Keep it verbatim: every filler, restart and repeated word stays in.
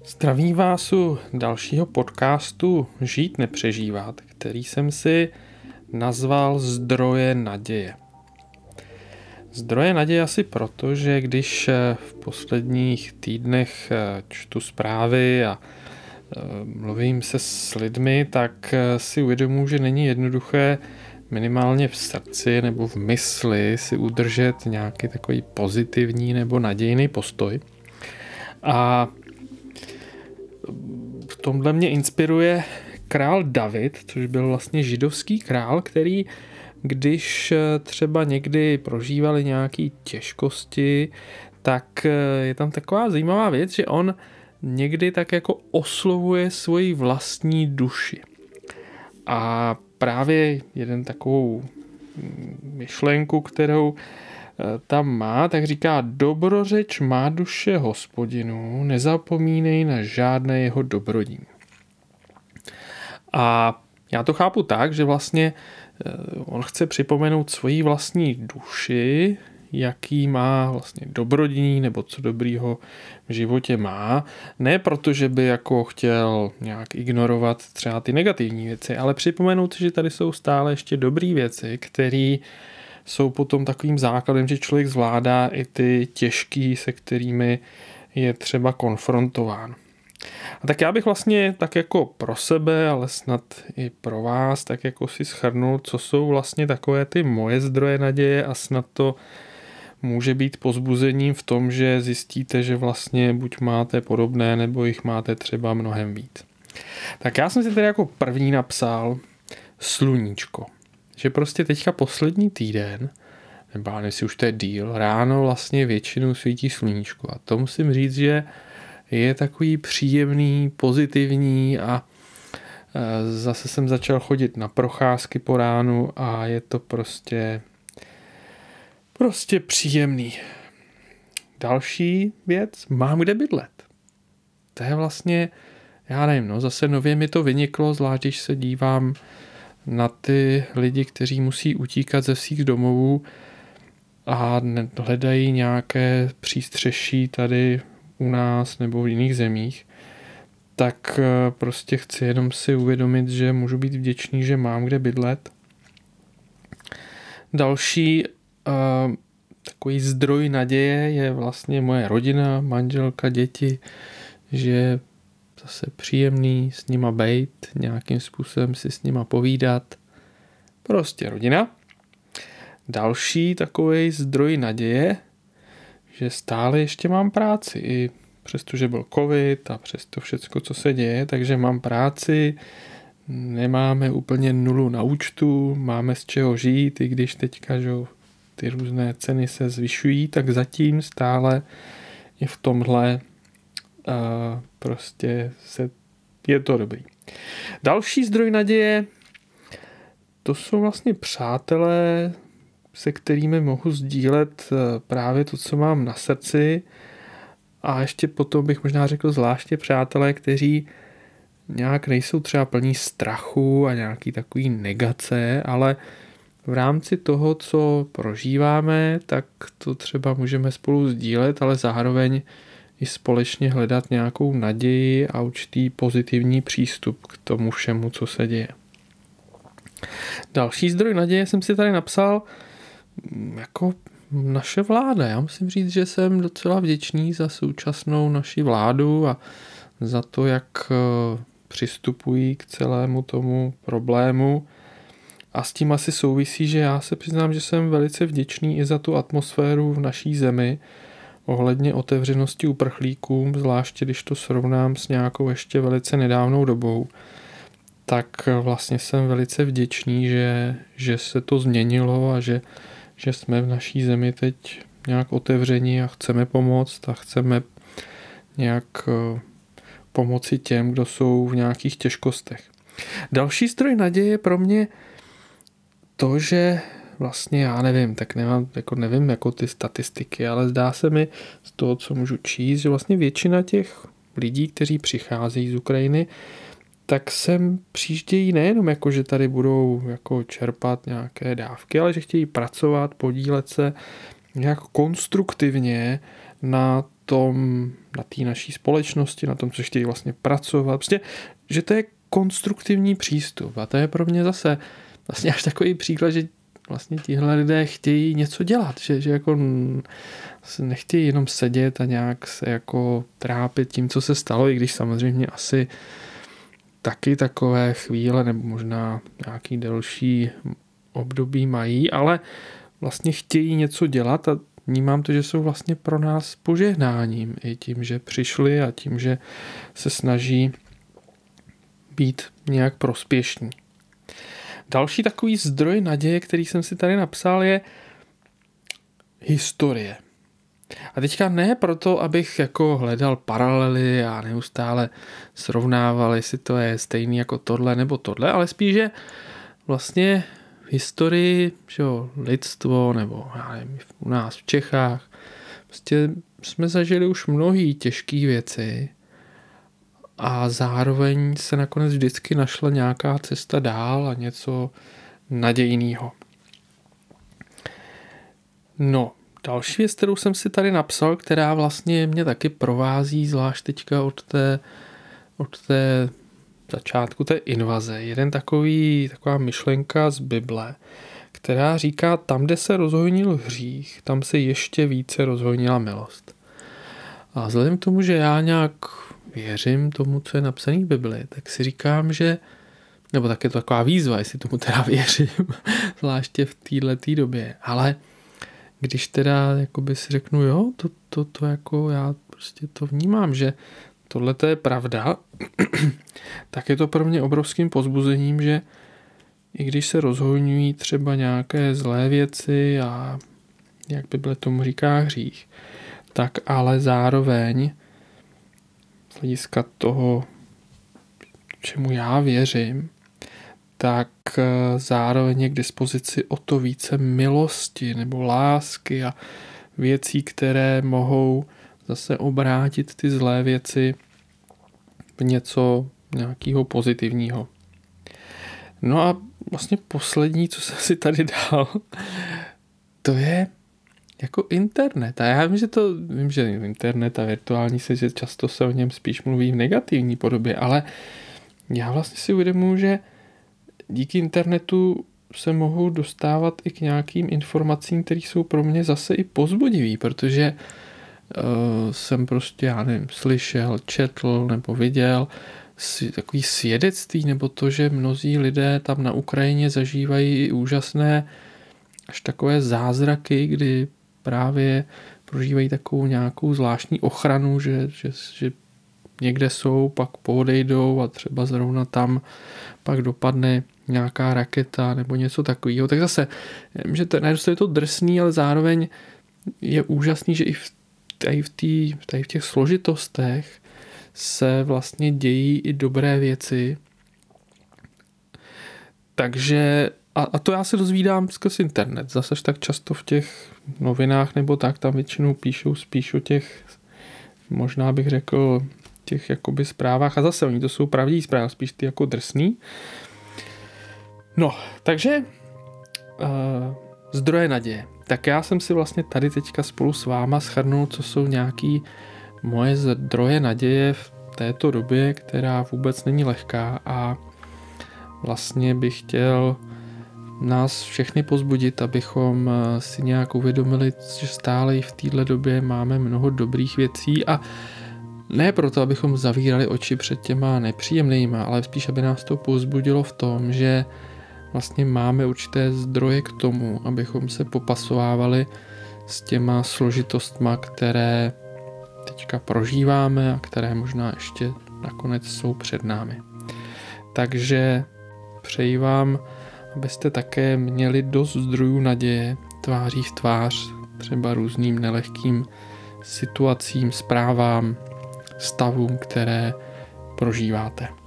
Zdravím vás u dalšího podcastu Žít nepřežívat, který jsem si nazval Zdroje naděje. Zdroje naděje asi proto, že když v posledních týdnech čtu zprávy a mluvím se s lidmi, tak si uvědomuji, že není jednoduché minimálně v srdci nebo v mysli si udržet nějaký takový pozitivní nebo nadějný postoj. A v tomhle mě inspiruje král David, což byl vlastně židovský král, který když třeba někdy prožívali nějaké těžkosti, tak je tam taková zajímavá věc, že on někdy tak jako oslovuje svoji vlastní duši. A právě jeden takovou myšlenku, kterou tam má, tak říká: dobrořeč má duše Hospodinu, nezapomínej na žádné jeho dobrodění. A já to chápu tak, že vlastně on chce připomenout svoji vlastní duši, jaký má vlastně dobrodění nebo co dobrýho v životě má. Ne proto, že by jako chtěl nějak ignorovat třeba ty negativní věci, ale připomenout, že tady jsou stále ještě dobré věci, které jsou potom takovým základem, že člověk zvládá i ty těžký, se kterými je třeba konfrontován. A tak já bych vlastně tak jako pro sebe, ale snad i pro vás, tak jako si shrnul, co jsou vlastně takové ty moje zdroje naděje, a snad to může být povzbuzením v tom, že zjistíte, že vlastně buď máte podobné, nebo jich máte třeba mnohem víc. Tak já jsem si tedy jako první napsal sluníčko. Že prostě teďka poslední týden, nebo jestli už to je díl, ráno vlastně většinou svítí sluníčko. A to musím říct, že je takový příjemný, pozitivní a zase jsem začal chodit na procházky po ránu a je to prostě prostě příjemný. Další věc, mám kde bydlet. To je vlastně, já nevím, no zase nově mi to vyniklo, zvlášť když se dívám na ty lidi, kteří musí utíkat ze svých domovů a hledají nějaké přístřeší tady u nás nebo v jiných zemích, tak prostě chci jenom si uvědomit, že můžu být vděčný, že mám kde bydlet. Další uh, takový zdroj naděje je vlastně moje rodina, manželka, děti, že zase příjemný s nima bejt, nějakým způsobem si s nima povídat. Prostě rodina. Další takový zdroj naděje, že stále ještě mám práci. I přestože byl covid a přes to všecko, co se děje, takže mám práci, nemáme úplně nulu na účtu, máme z čeho žít, i když teďka že, ty různé ceny se zvyšují, tak zatím stále i v tomhle a prostě se, je to dobrý. Další zdroj naděje, to jsou vlastně přátelé, se kterými mohu sdílet právě to, co mám na srdci, a ještě potom bych možná řekl zvláště přátelé, kteří nějak nejsou třeba plní strachu a nějaký takový negace, ale v rámci toho, co prožíváme, tak to třeba můžeme spolu sdílet, ale zároveň i společně hledat nějakou naději a určitý pozitivní přístup k tomu všemu, co se děje. Další zdroj naděje jsem si tady napsal jako naše vláda. Já musím říct, že jsem docela vděčný za současnou naši vládu a za to, jak přistupují k celému tomu problému. A s tím asi souvisí, že já se přiznám, že jsem velice vděčný i za tu atmosféru v naší zemi, ohledně otevřenosti uprchlíkům, zvláště když to srovnám s nějakou ještě velice nedávnou dobou, tak vlastně jsem velice vděčný, že, že se to změnilo a že, že jsme v naší zemi teď nějak otevření a chceme pomoct a chceme nějak pomoci těm, kdo jsou v nějakých těžkostech. Další zdroj naděje pro mě to, že vlastně já nevím, tak nemám, jako nevím jako ty statistiky, ale zdá se mi z toho, co můžu číst, že vlastně většina těch lidí, kteří přicházejí z Ukrajiny, tak sem přijíždějí nejenom jako, že tady budou jako čerpat nějaké dávky, ale že chtějí pracovat, podílet se nějak konstruktivně na tom, na té naší společnosti, na tom, co chtějí vlastně pracovat. Prostě, že to je konstruktivní přístup a to je pro mě zase vlastně až takový příklad, že vlastně tihle lidé chtějí něco dělat, že, že jako se nechtějí jenom sedět a nějak se jako trápit tím, co se stalo, i když samozřejmě asi taky takové chvíle nebo možná nějaký delší období mají, ale vlastně chtějí něco dělat a vnímám to, že jsou vlastně pro nás požehnáním i tím, že přišli a tím, že se snaží být nějak prospěšní. Další takový zdroj naděje, který jsem si tady napsal, je historie. A teďka ne proto, abych jako hledal paralely a neustále srovnával, jestli to je stejný jako tohle nebo tohle, ale spíš, že vlastně v historii, že jo, lidstvo nebo já nevím, u nás v Čechách, prostě jsme zažili už mnohý těžké věci a zároveň se nakonec vždycky našla nějaká cesta dál a něco nadějného. No, další věc, kterou jsem si tady napsal, která vlastně mě taky provází, zvlášť teďka od té, od té začátku té invaze. Jeden takový, taková myšlenka z Bible, která říká, tam, kde se rozhojnil hřích, tam se ještě více rozhojnila milost. A vzhledem k tomu, že já nějak věřím tomu, co je napsané v Bibli, tak si říkám, že, nebo tak je to taková výzva, jestli tomu teda věřím, zvláště v této době, ale když teda jakoby si řeknu, jo, to, to, to jako já prostě to vnímám, že tohle to je pravda, tak je to pro mě obrovským povzbuzením, že i když se rozhojňují třeba nějaké zlé věci a jak Bible tomu říká hřích, tak ale zároveň z hlediska toho, čemu já věřím, tak zároveň je k dispozici o to více milosti nebo lásky a věcí, které mohou zase obrátit ty zlé věci v něco nějakého pozitivního. No a vlastně poslední, co jsem si tady dal, to je jako internet. A já vím, že to, vím, že internet a virtuální svět, že často se o něm spíš mluví v negativní podobě, ale já vlastně si uvědomuji, že díky internetu se mohu dostávat i k nějakým informacím, které jsou pro mě zase i povzbudivý, protože uh, jsem prostě, já nevím, slyšel, četl nebo viděl si, takový svědectví, nebo to, že mnozí lidé tam na Ukrajině zažívají i úžasné až takové zázraky, kdy právě prožívají takovou nějakou zvláštní ochranu, že, že, že někde jsou, pak poodejdou a třeba zrovna tam pak dopadne nějaká raketa nebo něco takového. Tak zase, že to, je to drsný, ale zároveň je úžasný, že i v, tady v, tý, tady v těch složitostech se vlastně dějí i dobré věci. Takže a, a to já se dozvídám skrz internet. Zase tak často v těch novinách nebo tak, tam většinou píšou spíš o těch, možná bych řekl, těch jakoby zprávách. A zase oni to jsou pravdivé zprávy, spíš ty jako drsný. No, takže uh, zdroje naděje. Tak já jsem si vlastně tady teďka spolu s váma shrnul, co jsou nějaký moje zdroje naděje v této době, která vůbec není lehká a vlastně bych chtěl nás všechny pozbudit, abychom si nějak uvědomili, že stále i v této době máme mnoho dobrých věcí a ne proto, abychom zavírali oči před těma nepříjemnýma, ale spíš, aby nás to povzbudilo v tom, že vlastně máme určité zdroje k tomu, abychom se popasovávali s těma složitostma, které teďka prožíváme a které možná ještě nakonec jsou před námi. Takže přeji vám, abyste také měli dost zdrojů naděje tváří v tvář třeba různým nelehkým situacím, zprávám, stavům, které prožíváte.